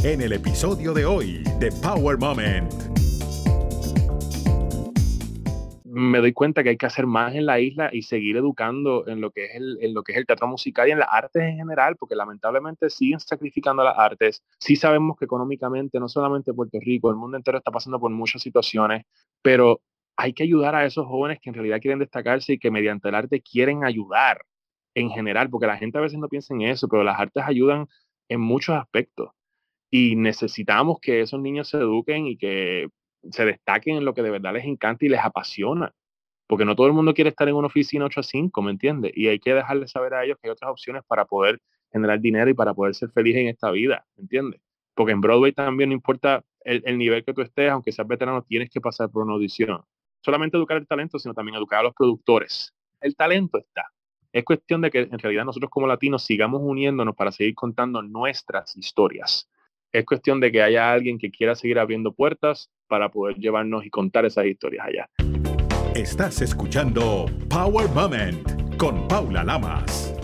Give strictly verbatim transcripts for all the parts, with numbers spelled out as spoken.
en el episodio de hoy de Power Moment. Me doy cuenta que hay que hacer más en la isla y seguir educando en lo que es el, en lo que es el teatro musical y en las artes en general, porque lamentablemente siguen sacrificando las artes. Sí sabemos que económicamente, no solamente Puerto Rico, el mundo entero está pasando por muchas situaciones, pero hay que ayudar a esos jóvenes que en realidad quieren destacarse y que mediante el arte quieren ayudar en general, porque la gente a veces no piensa en eso, pero las artes ayudan en muchos aspectos y necesitamos que esos niños se eduquen y que se destaquen en lo que de verdad les encanta y les apasiona, porque no todo el mundo quiere estar en una oficina ocho a cinco, ¿me entiendes? Y hay que dejarles saber a ellos que hay otras opciones para poder generar dinero y para poder ser feliz en esta vida, ¿me entiendes? Porque en Broadway también no importa el, el nivel que tú estés, aunque seas veterano, tienes que pasar por una audición. Solamente educar el talento, sino también educar a los productores. El talento está. Es cuestión de que en realidad nosotros como latinos sigamos uniéndonos para seguir contando nuestras historias. Es cuestión de que haya alguien que quiera seguir abriendo puertas para poder llevarnos y contar esas historias allá. Estás escuchando Power Moment con Paula Lamas.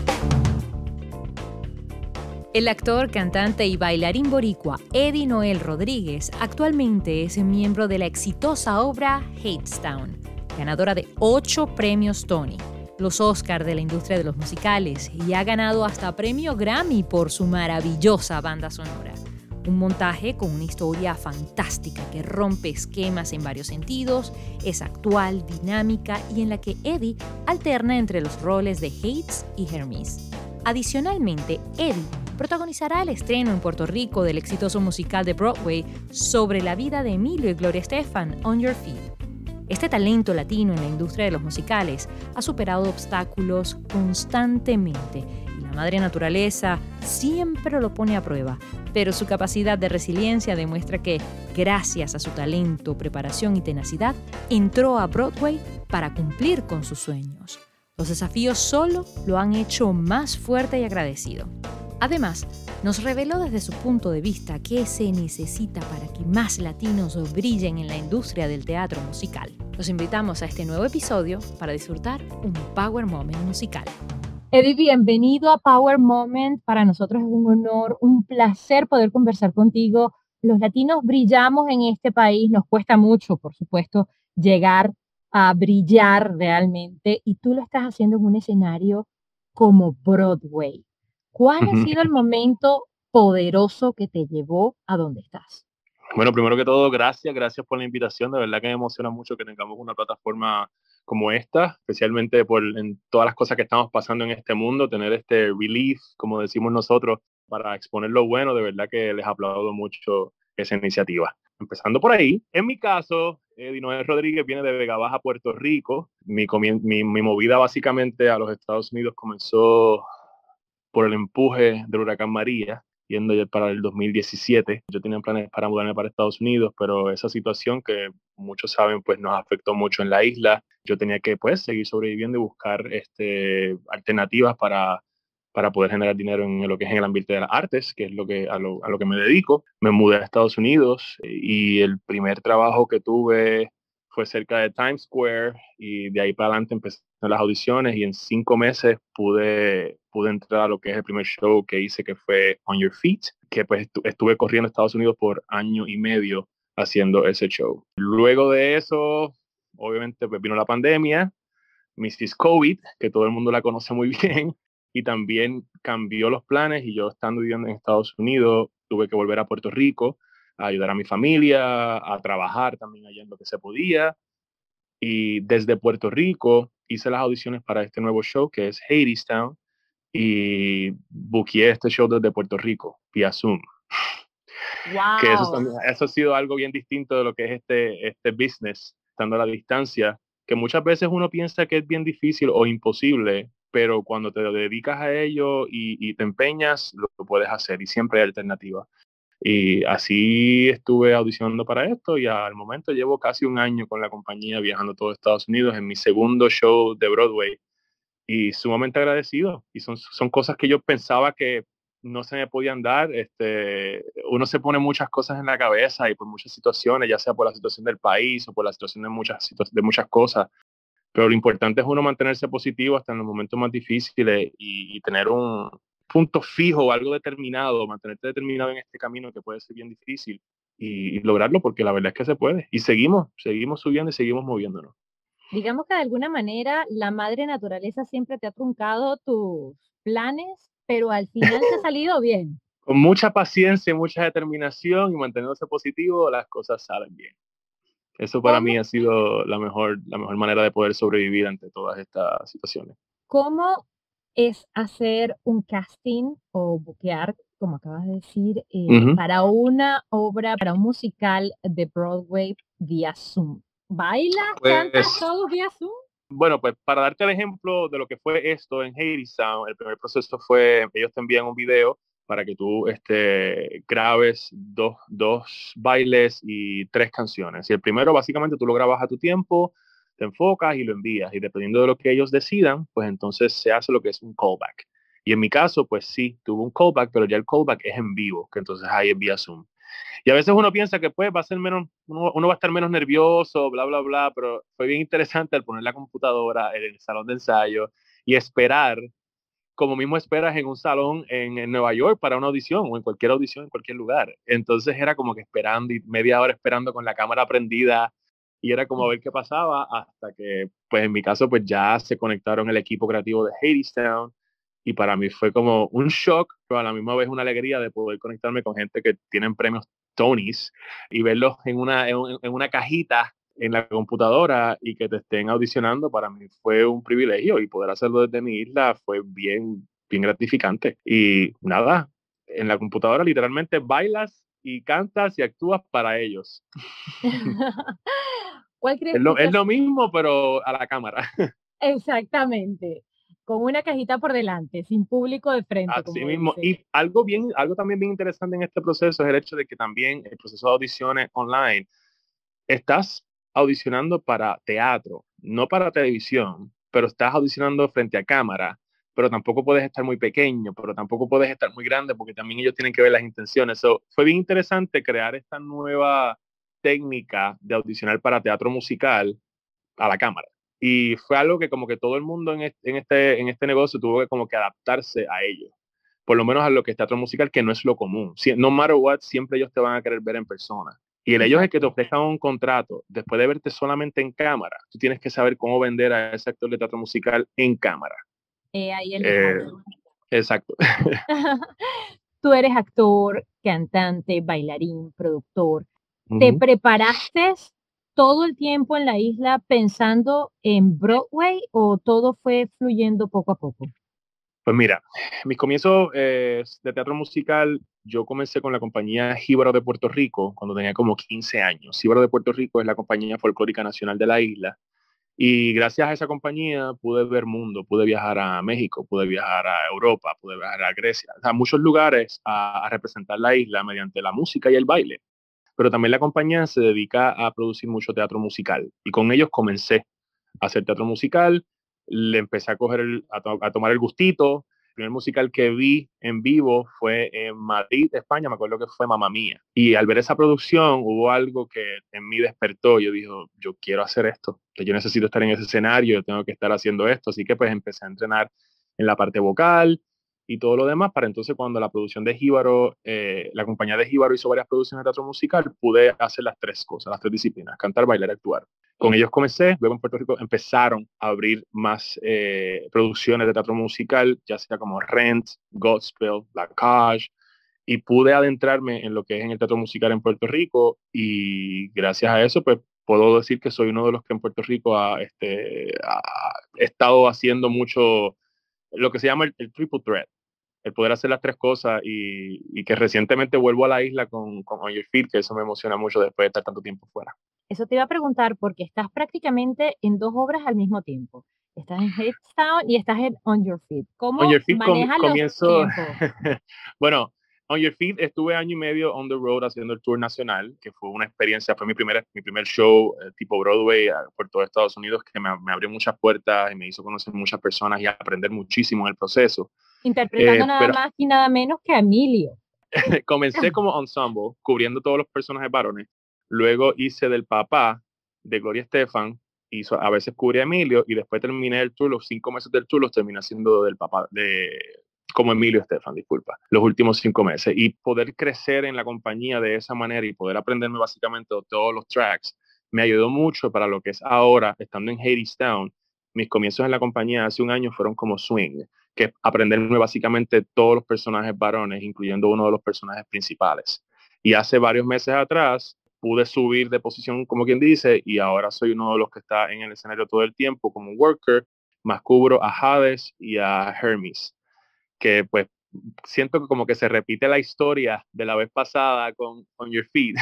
El actor, cantante y bailarín boricua Eddie Noel Rodríguez actualmente es miembro de la exitosa obra Hadestown, ganadora de ocho premios Tony, los Oscar de la industria de los musicales, y ha ganado hasta premio Grammy por su maravillosa banda sonora. Un montaje con una historia fantástica que rompe esquemas en varios sentidos, es actual, dinámica y en la que Eddie alterna entre los roles de Hades y Hermes. Adicionalmente, Eddie protagonizará el estreno en Puerto Rico del exitoso musical de Broadway sobre la vida de Emilio y Gloria Estefan, On Your Feet. Este talento latino en la industria de los musicales ha superado obstáculos constantemente y la madre naturaleza siempre lo pone a prueba, pero su capacidad de resiliencia demuestra que, gracias a su talento, preparación y tenacidad, entró a Broadway para cumplir con sus sueños. Los desafíos solo lo han hecho más fuerte y agradecido. Además, nos reveló desde su punto de vista qué se necesita para que más latinos brillen en la industria del teatro musical. Los invitamos a este nuevo episodio para disfrutar un Power Moment musical. Eddie, bienvenido a Power Moment. Para nosotros es un honor, un placer poder conversar contigo. Los latinos brillamos en este país, nos cuesta mucho, por supuesto, llegar a brillar realmente, y tú lo estás haciendo en un escenario como Broadway. ¿Cuál ha sido el momento poderoso que te llevó a donde estás? Bueno, primero que todo, gracias, gracias por la invitación. De verdad que me emociona mucho que tengamos una plataforma como esta, especialmente por en todas las cosas que estamos pasando en este mundo, tener este relief, como decimos nosotros, para exponer lo bueno. De verdad que les aplaudo mucho esa iniciativa. Empezando por ahí, en mi caso, Eddie Noel Rodríguez viene de Vega Baja, Puerto Rico. Mi, mi, mi movida básicamente a los Estados Unidos comenzó por el empuje del huracán María, yendo ya para el dos mil diecisiete. Yo tenía planes para mudarme para Estados Unidos, pero esa situación que muchos saben, pues nos afectó mucho en la isla. Yo tenía que, pues, seguir sobreviviendo y buscar este, alternativas para, para poder generar dinero en lo que es en el ambiente de las artes, que es lo que, a, lo, a lo que me dedico. Me mudé a Estados Unidos y el primer trabajo que tuve fue cerca de Times Square, y de ahí para adelante empecé las audiciones y en cinco meses pude, pude entrar a lo que es el primer show que hice, que fue On Your Feet, que pues estuve corriendo a Estados Unidos por año y medio haciendo ese show. Luego de eso, obviamente pues vino la pandemia, missus COVID, que todo el mundo la conoce muy bien, y también cambió los planes, y yo estando viviendo en Estados Unidos tuve que volver a Puerto Rico a ayudar a mi familia, a trabajar también allá en lo que se podía. Y desde Puerto Rico hice las audiciones para este nuevo show que es Hadestown, y buqueé este show desde Puerto Rico vía Zoom. Wow. Que eso, también, eso ha sido algo bien distinto de lo que es este, este business, estando a la distancia, que muchas veces uno piensa que es bien difícil o imposible, pero cuando te dedicas a ello y, y te empeñas, lo puedes hacer y siempre hay alternativas. Y así estuve audicionando para esto, y al momento llevo casi un año con la compañía viajando todo Estados Unidos en mi segundo show de Broadway, y sumamente agradecido. Y son, son cosas que yo pensaba que no se me podían dar. Este, uno se pone muchas cosas en la cabeza y por muchas situaciones, ya sea por la situación del país o por la situación de muchas, de muchas cosas. Pero lo importante es uno mantenerse positivo hasta en los momentos más difíciles y, y tener un, punto fijo o algo determinado, mantenerte determinado en este camino que puede ser bien difícil y, y lograrlo, porque la verdad es que se puede. Y seguimos, seguimos subiendo y seguimos moviéndonos. Digamos que de alguna manera la madre naturaleza siempre te ha truncado tus planes, pero al final te ha salido bien. Con mucha paciencia, mucha determinación y manteniéndose positivo, las cosas salen bien. Eso para ¿Cómo, mí ha sido la mejor, la mejor manera de poder sobrevivir ante todas estas situaciones. cómo es hacer un casting o buquear, como acabas de decir, eh, Ujú. para una obra, para un musical de Broadway vía Zoom? ¿Bailas, cantas Pues, todo vía Zoom? bueno, pues para darte el ejemplo de lo que fue esto en Hadestown, el primer proceso fue, ellos te envían un video para que tú este, grabes dos, dos bailes y tres canciones. Y el primero, básicamente, tú lo grabas a tu tiempo, te enfocas y lo envías. Y dependiendo de lo que ellos decidan, pues entonces se hace lo que es un callback. Y en mi caso, pues sí, tuvo un callback, pero ya el callback es en vivo, que entonces ahí es vía Zoom. Y a veces uno piensa que pues va a ser menos, uno, uno va a estar menos nervioso, bla, bla, bla, pero fue bien interesante al poner la computadora en el salón de ensayo y esperar, como mismo esperas en un salón en, en Nueva York para una audición o en cualquier audición en cualquier lugar. Entonces era como que esperando y media hora esperando con la cámara prendida y era como a ver qué pasaba hasta que, pues en mi caso, pues ya se conectaron el equipo creativo de Hadestown y para mí fue como un shock, pero a la misma vez una alegría de poder conectarme con gente que tienen premios Tonys y verlos en una, en, en una cajita en la computadora y que te estén audicionando, para mí fue un privilegio y poder hacerlo desde mi isla fue bien, bien gratificante. Y nada, en la computadora literalmente bailas y cantas y actúas para ellos. ¿Cuál Es crees tú lo, que es es lo mismo, pero a la cámara. exactamente? Con una cajita por delante, sin público de frente, Así como mismo. dice. Y algo, bien, algo también bien interesante en este proceso es el hecho de que también el proceso de audiciones online, estás audicionando para teatro, no para televisión, pero estás audicionando frente a cámara, pero tampoco puedes estar muy pequeño, pero tampoco puedes estar muy grande porque también ellos tienen que ver las intenciones. So, fue bien interesante crear esta nueva técnica de audicionar para teatro musical a la cámara. Y fue algo que como que todo el mundo en este, en este, en este negocio tuvo que como que adaptarse a ello. Por lo menos a lo que es teatro musical, que no es lo común. Si, no matter what, siempre ellos te van a querer ver en persona. Y el ellos es que te Exacto. ofrezcan un contrato después de verte solamente en cámara. Tú tienes que saber cómo vender a ese actor de teatro musical en cámara. He ahí el Eh, detalle. exacto. Tú eres actor, cantante, bailarín, productor. ¿Te Ujú. preparaste todo el tiempo en la isla pensando en Broadway o todo fue fluyendo poco a poco? Pues mira, mis comienzos eh, de teatro musical, yo comencé con la compañía Jíbaro de Puerto Rico cuando tenía como quince años. Jíbaro de Puerto Rico es la compañía folclórica nacional de la isla. Y gracias a esa compañía pude ver mundo, pude viajar a México, pude viajar a Europa, pude viajar a Grecia, o sea, muchos lugares a, a representar la isla mediante la música y el baile. Pero también la compañía se dedica a producir mucho teatro musical. Y con ellos comencé a hacer teatro musical, le empecé a, coger el, a, to a, tomar el gustito. El primer musical que vi en vivo fue en Madrid, España, me acuerdo que fue Mamma Mía. Y al ver esa producción hubo algo que en mí despertó, yo dije, yo quiero hacer esto, yo necesito estar en ese escenario, yo tengo que estar haciendo esto, así que pues empecé a entrenar en la parte vocal y todo lo demás, para entonces cuando la producción de Jíbaro, eh, la compañía de Jíbaro hizo varias producciones de teatro musical, pude hacer las tres cosas, las tres disciplinas, cantar, bailar, actuar. Con ellos comencé, luego en Puerto Rico empezaron a abrir más eh, producciones de teatro musical, ya sea como Rent, Godspell, La Cage, y pude adentrarme en lo que es en el teatro musical en Puerto Rico y gracias a eso, pues puedo decir que soy uno de los que en Puerto Rico ha, este, ha estado haciendo mucho lo que se llama el, el triple threat, el poder hacer las tres cosas y, y que recientemente vuelvo a la isla con, con On Your Feet, que eso me emociona mucho después de estar tanto tiempo fuera. Eso te iba a preguntar porque estás prácticamente en dos obras al mismo tiempo. Estás en Hadestown y estás en On Your Feet. On ¿Cómo Your Feet com manejas los comienzo, tiempos? bueno, On Your Feet estuve año y medio on the road haciendo el tour nacional, que fue una experiencia, fue mi, primera, mi primer show eh, tipo Broadway eh, por todo Estados Unidos, que me, me, abrió muchas puertas y me hizo conocer muchas personas y aprender muchísimo en el proceso. Interpretando Eh, nada pero más y nada menos que a Emilio. comencé como ensemble, cubriendo todos los personajes varones. Luego hice del papá de Gloria Estefan, hizo, a veces cubrí a Emilio y después terminé el tour, los cinco meses del tour los terminé haciendo del papá de, como Emilio Estefan, disculpa, los últimos cinco meses. Y poder crecer en la compañía de esa manera y poder aprenderme básicamente todos los tracks, me ayudó mucho para lo que es ahora, estando en Hadestown. Mis comienzos en la compañía hace un año fueron como swing, que es aprenderme básicamente todos los personajes varones, incluyendo uno de los personajes principales. Y hace varios meses atrás pude subir de posición, como quien dice, y ahora soy uno de los que está en el escenario todo el tiempo como worker, más cubro a Hades y a Hermes, que pues siento que como que se repite la historia de la vez pasada con, con Your Feet.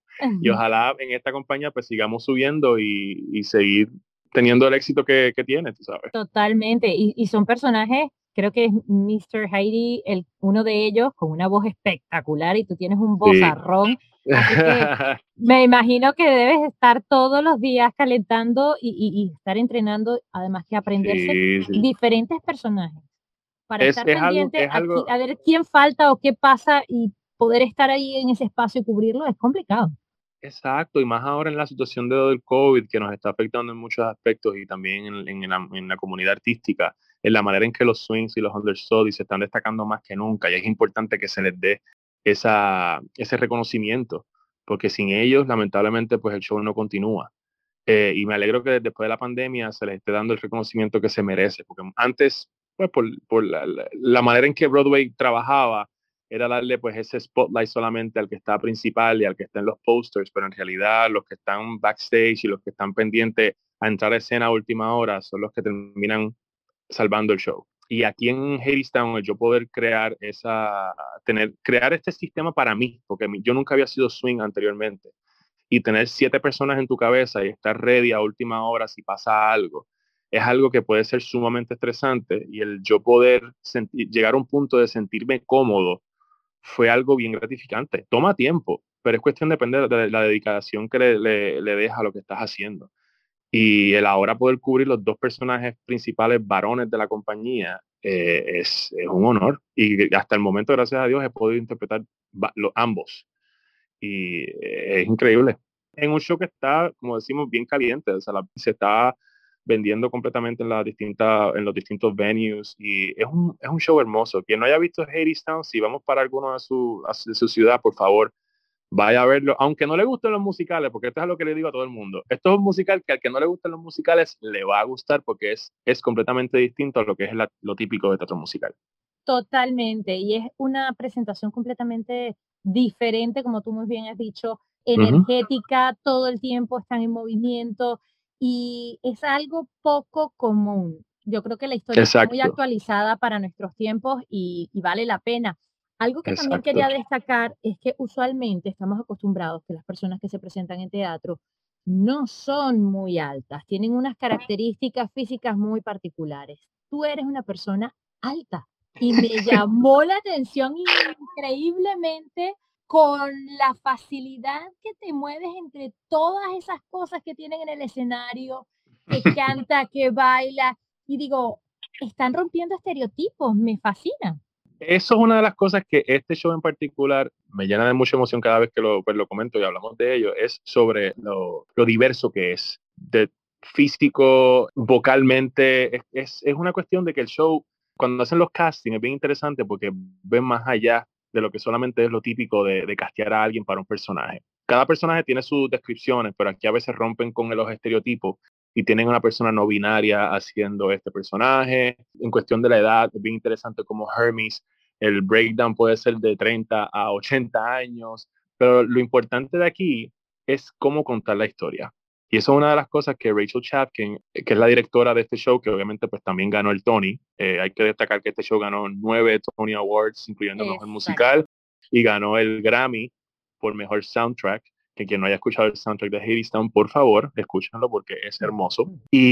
Y ojalá en esta compañía pues sigamos subiendo y, y seguir teniendo el éxito que, que tiene, tú sabes. Totalmente, y, y son personajes, creo que es míster Heidi, el, uno de ellos, con una voz espectacular y tú tienes un vozarrón, sí. Así que me imagino que debes estar todos los días calentando y, y, y estar entrenando, además que aprenderse sí, sí. diferentes personajes, para es, estar es pendiente algo, algo... a ver quién falta o qué pasa y poder estar ahí en ese espacio y cubrirlo es complicado. Exacto, y más ahora en la situación de, del COVID, que nos está afectando en muchos aspectos y también en, en, la, en la comunidad artística, en la manera en que los swings y los understudies se están destacando más que nunca, y es importante que se les dé esa, ese reconocimiento, porque sin ellos, lamentablemente, pues el show no continúa. Eh, y me alegro que después de la pandemia se les esté dando el reconocimiento que se merece, porque antes, pues por, por la, la, la manera en que Broadway trabajaba, era darle pues ese spotlight solamente al que está principal y al que está en los posters, pero en realidad los que están backstage y los que están pendientes a entrar a escena a última hora son los que terminan salvando el show. Y aquí en Hadestown, yo poder crear esa, tener, crear este sistema para mí, porque yo nunca había sido swing anteriormente, y tener siete personas en tu cabeza y estar ready a última hora si pasa algo, es algo que puede ser sumamente estresante, y el yo poder sentir, llegar a un punto de sentirme cómodo fue algo bien gratificante. Toma tiempo, pero es cuestión de depender de la dedicación que le, le, le dejas a lo que estás haciendo. Y el ahora poder cubrir los dos personajes principales varones de la compañía eh, es, es un honor. Y hasta el momento, gracias a Dios, he podido interpretar los, ambos. Y eh, es increíble. En un show que está, como decimos, bien caliente. O sea, la, se está vendiendo completamente en, la distinta, en los distintos venues, y es un, es un show hermoso. Quien no haya visto Hadestown, si vamos para alguno de su, a su, de su ciudad, por favor, vaya a verlo, aunque no le gusten los musicales, porque esto es lo que le digo a todo el mundo. Esto es un musical que al que no le gusten los musicales le va a gustar, porque es, es completamente distinto a lo que es la, lo típico de teatro musical. Totalmente, y es una presentación completamente diferente, como tú muy bien has dicho, energética, uh-huh. Todo el tiempo están en movimiento, y es algo poco común. Yo creo que la historia Exacto. Está muy actualizada para nuestros tiempos y, y vale la pena. Algo que Exacto. También quería destacar es que usualmente estamos acostumbrados que las personas que se presentan en teatro no son muy altas, tienen unas características físicas muy particulares. Tú eres una persona alta y me llamó la atención increíblemente con la facilidad que te mueves entre todas esas cosas que tienen en el escenario, que canta, que baila, y digo, están rompiendo estereotipos, me fascina. Eso es una de las cosas que este show en particular me llena de mucha emoción cada vez que lo, pues, lo comento y hablamos de ello, es sobre lo, lo diverso que es, de físico, vocalmente, es, es, es una cuestión de que el show, cuando hacen los castings, es bien interesante porque ven más allá de lo que solamente es lo típico de, de castear a alguien para un personaje. Cada personaje tiene sus descripciones, pero aquí a veces rompen con los estereotipos y tienen una persona no binaria haciendo este personaje. En cuestión de la edad, es bien interesante como Hermes, el breakdown puede ser de treinta a ochenta años, pero lo importante de aquí es cómo contar la historia. Y eso es una de las cosas que Rachel Chapkin, que es la directora de este show, que obviamente pues también ganó el Tony, eh, hay que destacar que este show ganó nueve Tony Awards, incluyendo Exacto. Mejor Musical, y ganó el Grammy por Mejor Soundtrack, que quien no haya escuchado el soundtrack de Hadestown, por favor, escúchenlo porque es hermoso.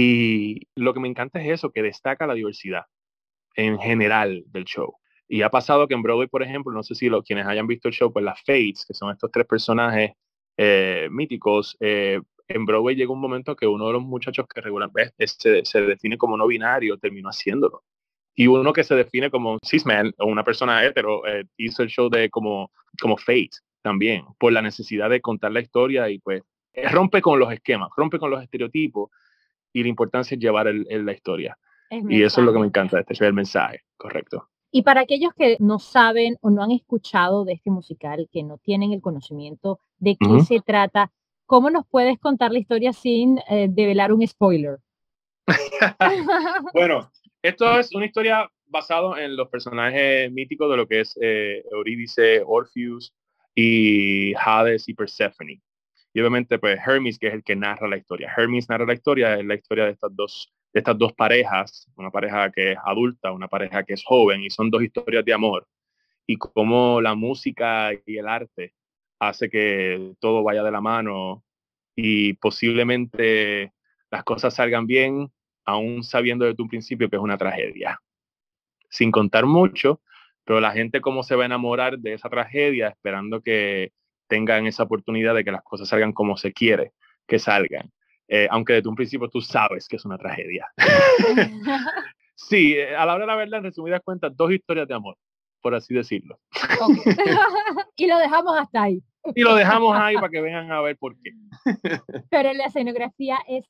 Y lo que me encanta es eso, que destaca la diversidad en general del show. Y ha pasado que en Broadway, por ejemplo, no sé si lo, quienes hayan visto el show, pues las Fates, que son estos tres personajes eh, míticos, eh, en Broadway llegó un momento que uno de los muchachos que regularmente se, se define como no binario terminó haciéndolo. Y uno que se define como un cis-man o una persona hetero eh, hizo el show de como, como Fate también, por la necesidad de contar la historia y pues rompe con los esquemas, rompe con los estereotipos, y la importancia es llevar el, el, la historia. Y eso es lo que me encanta de este show, el mensaje, correcto. Y para aquellos que no saben o no han escuchado de este musical, que no tienen el conocimiento de qué Ujú. se trata, ¿cómo nos puedes contar la historia sin eh, develar un spoiler? Bueno, esto es una historia basada en los personajes míticos de lo que es eh, Eurídice, Orpheus y Hades y Persephone. Y obviamente, pues Hermes, que es el que narra la historia. Hermes narra la historia, es la historia de estas dos, de estas dos parejas, una pareja que es adulta, una pareja que es joven, y son dos historias de amor. Y cómo la música y el arte hace que todo vaya de la mano y posiblemente las cosas salgan bien, aún sabiendo desde un principio que es una tragedia. Sin contar mucho, pero la gente cómo se va a enamorar de esa tragedia esperando que tengan esa oportunidad de que las cosas salgan como se quiere que salgan. Eh, aunque desde un principio tú sabes que es una tragedia. Sí, eh, a la hora de la verdad, en resumidas cuentas, dos historias de amor, por así decirlo. Ok. Y lo dejamos hasta ahí. Y lo dejamos ahí para que vengan a ver por qué. Pero la escenografía es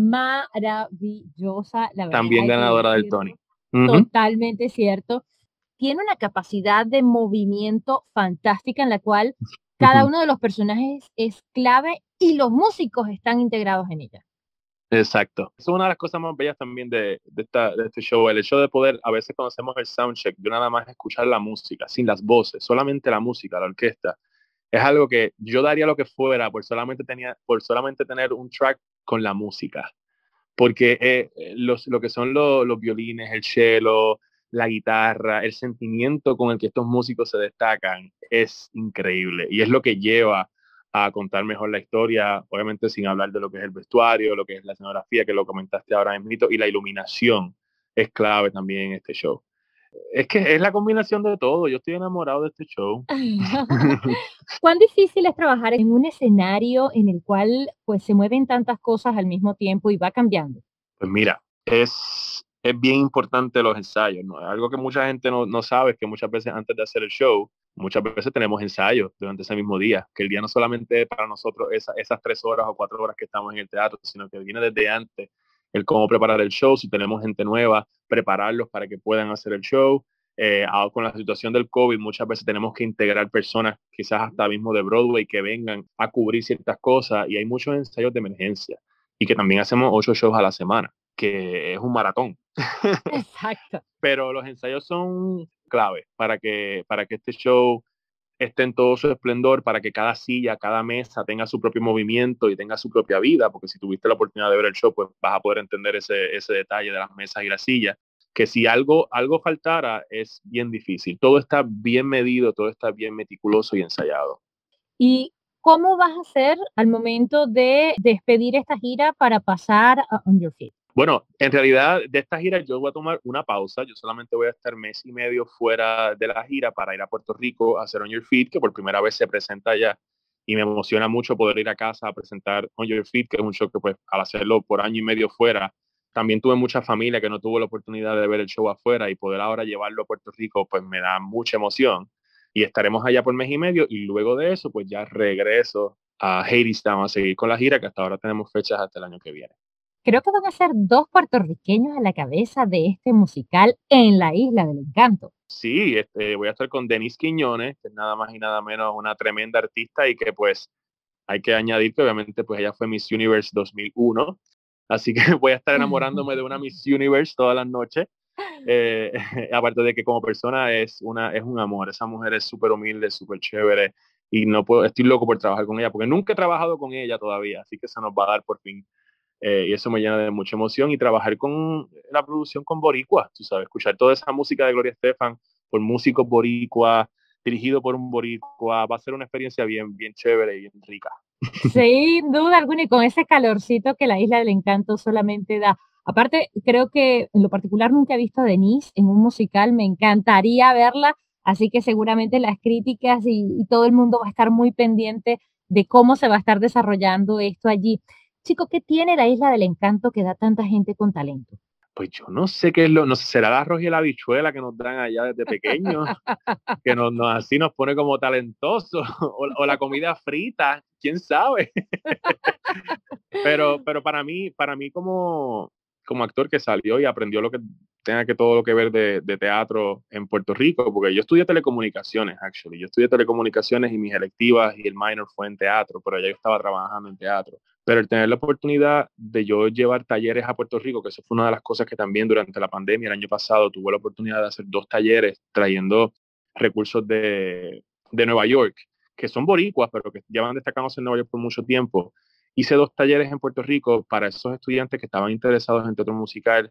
maravillosa, la verdad También hay que ganadora del decirlo. Tony. Ujú. Totalmente cierto. Tiene una capacidad de movimiento fantástica en la cual cada Ujú. uno de los personajes es clave y los músicos están integrados en ella. Exacto. Es una de las cosas más bellas también de, de, esta, de este show, el hecho de poder, a veces cuando hacemos el soundcheck, de nada más escuchar la música, sin las voces, solamente la música, la orquesta, es algo que yo daría lo que fuera por solamente, tenía, por solamente tener un track con la música. Porque eh, los, lo que son los, los violines, el cello, la guitarra, el sentimiento con el que estos músicos se destacan es increíble y es lo que lleva a contar mejor la historia, obviamente sin hablar de lo que es el vestuario, lo que es la escenografía, que lo comentaste ahora mismo, y la iluminación es clave también en este show. Es que es la combinación de todo, yo estoy enamorado de este show. ¿Cuán difícil es trabajar en un escenario en el cual pues se mueven tantas cosas al mismo tiempo y va cambiando? Pues mira, es, es bien importante los ensayos, ¿no? Algo que mucha gente no, no sabe es que muchas veces antes de hacer el show, muchas veces tenemos ensayos durante ese mismo día, que el día no solamente es para nosotros esa, esas tres horas o cuatro horas que estamos en el teatro, sino que viene desde antes el cómo preparar el show, si tenemos gente nueva, prepararlos para que puedan hacer el show. Eh, ahora con la situación del COVID, muchas veces tenemos que integrar personas, quizás hasta mismo de Broadway, que vengan a cubrir ciertas cosas y hay muchos ensayos de emergencia y que también hacemos ocho shows a la semana, que es un maratón. Exacto. Pero los ensayos son clave para que, para que este show esté en todo su esplendor, para que cada silla, cada mesa tenga su propio movimiento y tenga su propia vida, porque si tuviste la oportunidad de ver el show, pues vas a poder entender ese, ese detalle de las mesas y las sillas, que si algo, algo faltara es bien difícil. Todo está bien medido, todo está bien meticuloso y ensayado. ¿Y cómo vas a hacer al momento de despedir esta gira para pasar a On Your Feet? Bueno, en realidad de esta gira yo voy a tomar una pausa. Yo solamente voy a estar mes y medio fuera de la gira para ir a Puerto Rico a hacer On Your Feet, que por primera vez se presenta allá. Y me emociona mucho poder ir a casa a presentar On Your Feet, que es un show que pues al hacerlo por año y medio fuera, también tuve mucha familia que no tuvo la oportunidad de ver el show afuera y poder ahora llevarlo a Puerto Rico pues me da mucha emoción. Y estaremos allá por mes y medio y luego de eso pues ya regreso a Hadestown a seguir con la gira, que hasta ahora tenemos fechas hasta el año que viene. Creo que van a ser dos puertorriqueños a la cabeza de este musical en la Isla del Encanto. Sí, este, voy a estar con Denise Quiñones, que es nada más y nada menos una tremenda artista y que pues hay que añadir que obviamente pues ella fue Miss Universe dos mil uno, así que voy a estar enamorándome de una Miss Universe todas las noches. Eh, aparte de que como persona es, una, es un amor, esa mujer es súper humilde, súper chévere y no puedo, estoy loco por trabajar con ella porque nunca he trabajado con ella todavía, así que se nos va a dar por fin. Eh, y eso me llena de mucha emoción y trabajar con la producción con boricua, tú sabes, escuchar toda esa música de Gloria Estefan por músicos boricua, dirigido por un boricua, va a ser una experiencia bien, bien chévere y bien rica. Sin duda alguna, y con ese calorcito que la Isla del Encanto solamente da. Aparte, creo que en lo particular nunca he visto a Denise en un musical, me encantaría verla, así que seguramente las críticas y, y todo el mundo va a estar muy pendiente de cómo se va a estar desarrollando esto allí. Chico, ¿qué tiene la Isla del Encanto que da tanta gente con talento? Pues yo no sé qué es lo, no sé, será el arroz y la habichuela que nos dan allá desde pequeños, que nos, nos así nos pone como talentosos, o, o la comida frita, quién sabe. pero, pero para mí, para mí como como actor que salió y aprendió lo que tenga que todo lo que ver de, de teatro en Puerto Rico, porque yo estudié telecomunicaciones, actually. Yo estudié telecomunicaciones y mis electivas y el minor fue en teatro, pero ya yo estaba trabajando en teatro. Pero el tener la oportunidad de yo llevar talleres a Puerto Rico, que eso fue una de las cosas que también durante la pandemia el año pasado tuve la oportunidad de hacer dos talleres trayendo recursos de, de Nueva York, que son boricuas, pero que llevan destacándose en Nueva York por mucho tiempo. Hice dos talleres en Puerto Rico para esos estudiantes que estaban interesados en teatro musical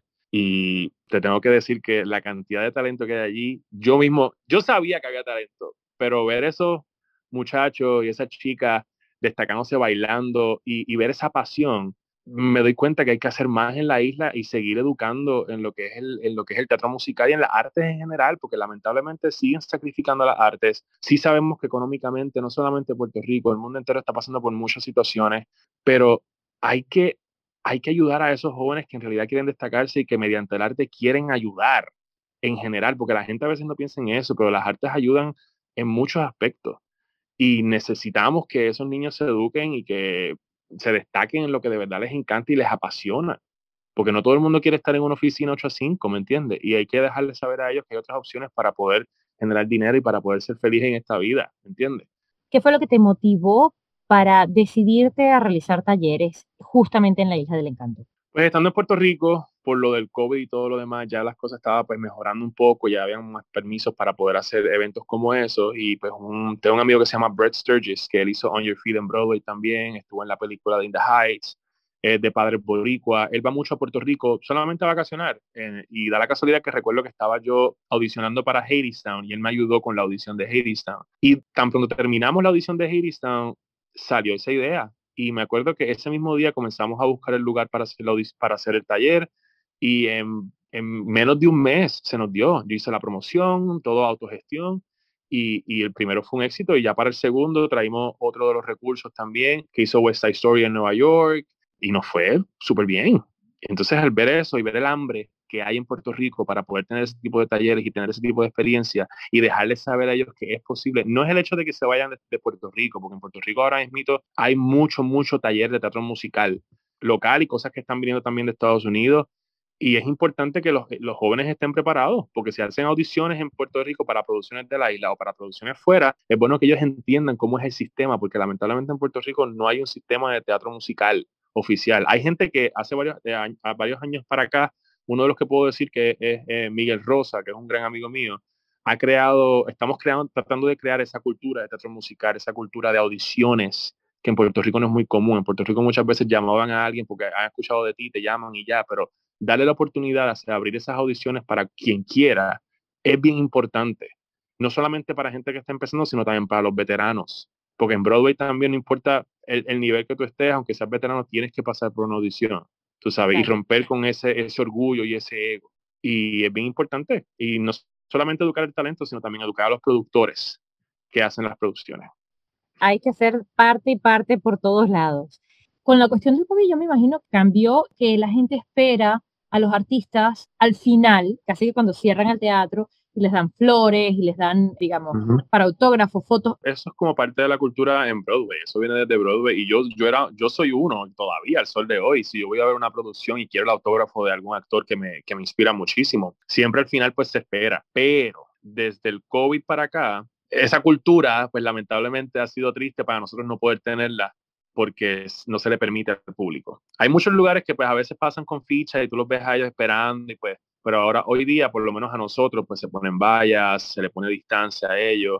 y te tengo que decir que la cantidad de talento que hay allí, yo mismo, yo sabía que había talento, pero ver esos muchachos y esas chicas destacándose bailando y, y ver esa pasión, me doy cuenta que hay que hacer más en la isla y seguir educando en lo que es el, en lo que es el teatro musical y en las artes en general, porque lamentablemente siguen sacrificando las artes. Sí sabemos que económicamente, no solamente Puerto Rico, el mundo entero está pasando por muchas situaciones, pero hay que, hay que ayudar a esos jóvenes que en realidad quieren destacarse y que mediante el arte quieren ayudar en general, porque la gente a veces no piensa en eso, pero las artes ayudan en muchos aspectos y necesitamos que esos niños se eduquen y que se destaquen en lo que de verdad les encanta y les apasiona, porque no todo el mundo quiere estar en una oficina ocho a cinco, ¿me entiendes? Y hay que dejarles saber a ellos que hay otras opciones para poder generar dinero y para poder ser feliz en esta vida, ¿me entiendes? ¿Qué fue lo que te motivó para decidirte a realizar talleres justamente en la Isla del Encanto? Pues estando en Puerto Rico, por lo del COVID y todo lo demás, ya las cosas estaban pues mejorando un poco, ya habían más permisos para poder hacer eventos como esos y pues un, tengo un amigo que se llama Brett Sturgis, que él hizo On Your Feet en Broadway también, estuvo en la película de In the Heights, eh, de padre boricua, él va mucho a Puerto Rico solamente a vacacionar eh, y da la casualidad que recuerdo que estaba yo audicionando para Hadestown y él me ayudó con la audición de Hadestown y tan pronto terminamos la audición de Hadestown salió esa idea. Y me acuerdo que ese mismo día comenzamos a buscar el lugar para hacer, la, para hacer el taller y en, en, menos de un mes se nos dio. Yo hice la promoción, todo autogestión y, y el primero fue un éxito y ya para el segundo traímos otro de los recursos también que hizo West Side Story en Nueva York y nos fue súper bien. Entonces al ver eso y ver el hambre que hay en Puerto Rico para poder tener ese tipo de talleres y tener ese tipo de experiencia y dejarles saber a ellos que es posible. No es el hecho de que se vayan de, de Puerto Rico, porque en Puerto Rico ahora mismo hay mucho, mucho taller de teatro musical local y cosas que están viniendo también de Estados Unidos. Y es importante que los, los jóvenes estén preparados, porque si hacen audiciones en Puerto Rico para producciones de la isla o para producciones fuera, es bueno que ellos entiendan cómo es el sistema, porque lamentablemente en Puerto Rico no hay un sistema de teatro musical oficial. Hay gente que hace varios, de años, varios años para acá, uno de los que puedo decir que es eh, Miguel Rosa, que es un gran amigo mío, ha creado, estamos creando, tratando de crear esa cultura de teatro musical, esa cultura de audiciones, que en Puerto Rico no es muy común. En Puerto Rico muchas veces llamaban a alguien porque han escuchado de ti, te llaman y ya, pero darle la oportunidad de abrir esas audiciones para quien quiera es bien importante. No solamente para gente que está empezando, sino también para los veteranos. Porque en Broadway también no importa el, el nivel que tú estés, aunque seas veterano, tienes que pasar por una audición, tú sabes, claro. Y romper con ese, ese orgullo y ese ego. Y es bien importante. Y no solamente educar el talento, sino también educar a los productores que hacen las producciones. Hay que hacer parte y parte por todos lados. Con la cuestión del COVID, yo me imagino que cambió que la gente espera a los artistas al final, casi que cuando cierran el teatro, y les dan flores y les dan, digamos, uh-huh. para autógrafos, fotos. Eso es como parte de la cultura en Broadway, eso viene desde Broadway y yo, yo, era, yo soy uno todavía al sol de hoy. Si yo voy a ver una producción y quiero el autógrafo de algún actor que me, que me inspira muchísimo, siempre al final pues se espera, pero desde el COVID para acá, esa cultura pues lamentablemente ha sido triste para nosotros no poder tenerla porque no se le permite al público. Hay muchos lugares que pues a veces pasan con fichas y tú los ves a ellos esperando y pues, pero ahora hoy día por lo menos a nosotros pues se ponen vallas, se le pone distancia a ellos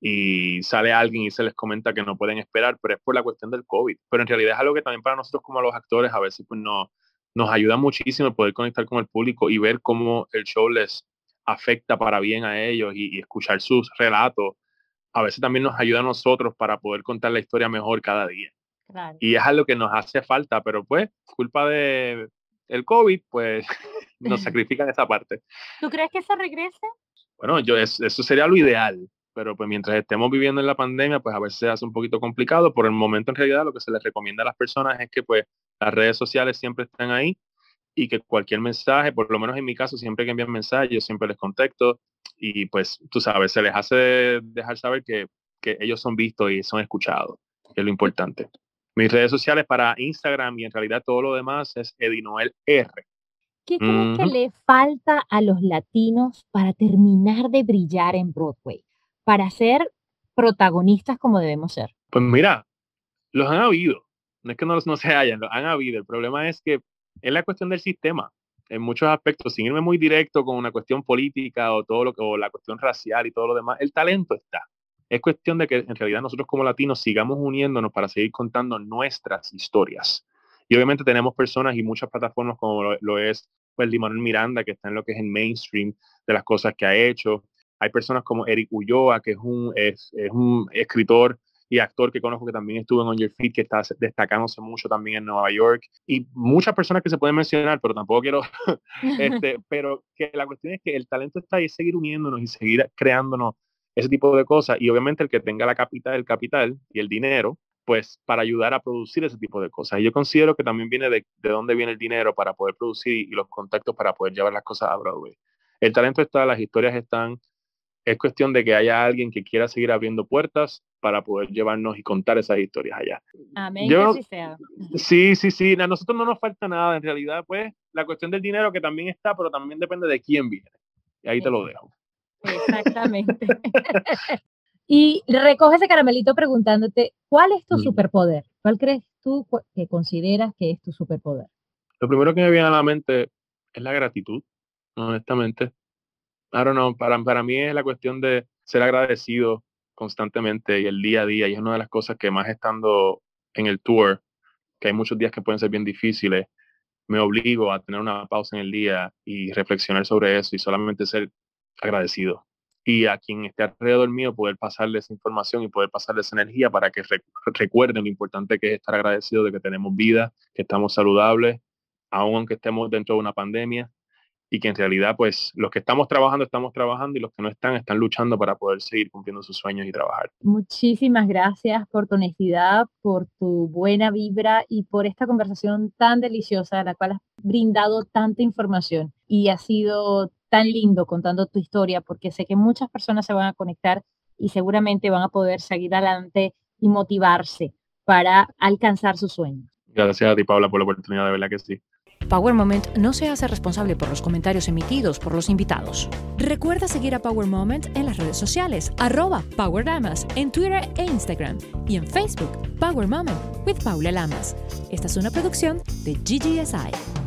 y sale alguien y se les comenta que no pueden esperar, pero es por la cuestión del COVID. Pero en realidad es algo que también para nosotros como los actores a veces pues no, nos ayuda muchísimo el poder conectar con el público y ver cómo el show les afecta para bien a ellos y, y escuchar sus relatos. A veces también nos ayuda a nosotros para poder contar la historia mejor cada día. Claro. Y es algo que nos hace falta, pero pues, culpa de el COVID, pues nos sacrifican esa parte. ¿Tú crees que eso regrese? Bueno, yo, es, eso sería lo ideal, pero pues mientras estemos viviendo en la pandemia, pues a veces se hace un poquito complicado. Por el momento, en realidad, lo que se les recomienda a las personas es que pues las redes sociales siempre estén ahí y que cualquier mensaje, por lo menos en mi caso, siempre que envían mensajes, yo siempre les contesto y pues, tú sabes, se les hace dejar saber que, que ellos son vistos y son escuchados, que es lo importante. Mis redes sociales para Instagram y en realidad todo lo demás es Edinoel R. ¿Qué crees que Ujú. le falta a los latinos para terminar de brillar en Broadway? Para ser protagonistas como debemos ser. Pues mira, los han habido, no es que no, los- no se hayan, los han habido. El problema es que es la cuestión del sistema, en muchos aspectos, sin irme muy directo con una cuestión política o todo lo que, o la cuestión racial y todo lo demás, el talento está. Es cuestión de que en realidad nosotros como latinos sigamos uniéndonos para seguir contando nuestras historias. Y obviamente tenemos personas y muchas plataformas como lo, lo es pues, Lin-Manuel Miranda, que está en lo que es el mainstream de las cosas que ha hecho. Hay personas como Eric Ulloa, que es un, es, es un escritor y actor que conozco que también estuvo en On Your Feet, que está destacándose mucho también en Nueva York, y muchas personas que se pueden mencionar, pero tampoco quiero, este, pero que la cuestión es que el talento está ahí, es seguir uniéndonos y seguir creándonos ese tipo de cosas, y obviamente el que tenga la capital, el capital y el dinero, pues para ayudar a producir ese tipo de cosas. Y yo considero que también viene de, de dónde viene el dinero para poder producir y, y los contactos para poder llevar las cosas a Broadway. El talento está, las historias están, es cuestión de que haya alguien que quiera seguir abriendo puertas para poder llevarnos y contar esas historias allá. Amén, que Yo, así sea. sí, sí, sí, a nosotros no nos falta nada, en realidad, pues, la cuestión del dinero que también está, pero también depende de quién viene. Y ahí te lo dejo. Exactamente. Y recoge ese caramelito preguntándote, ¿cuál es tu Mm. superpoder? ¿Cuál crees tú cu- que consideras que es tu superpoder? Lo primero que me viene a la mente es la gratitud, honestamente. I don't know, para, para mí es la cuestión de ser agradecido constantemente y el día a día, y es una de las cosas que más estando en el tour, que hay muchos días que pueden ser bien difíciles, me obligo a tener una pausa en el día y reflexionar sobre eso y solamente ser agradecido. Y a quien esté alrededor mío poder pasarle esa información y poder pasarle esa energía para que re- recuerden lo importante que es estar agradecido de que tenemos vida, que estamos saludables, aun aunque estemos dentro de una pandemia, y que en realidad pues los que estamos trabajando estamos trabajando y los que no están están luchando para poder seguir cumpliendo sus sueños y trabajar. Muchísimas gracias por tu honestidad, por tu buena vibra y por esta conversación tan deliciosa, a la cual has brindado tanta información y ha sido tan lindo contando tu historia, porque sé que muchas personas se van a conectar y seguramente van a poder seguir adelante y motivarse para alcanzar sus sueños. Gracias a ti, Paula, por la oportunidad, de verdad que sí. Power Moment no se hace responsable por los comentarios emitidos por los invitados. Recuerda seguir a Power Moment en las redes sociales, arroba Power Lamas, en Twitter e Instagram, y en Facebook, Power Moment with Paula Lamas. Esta es una producción de G G S I.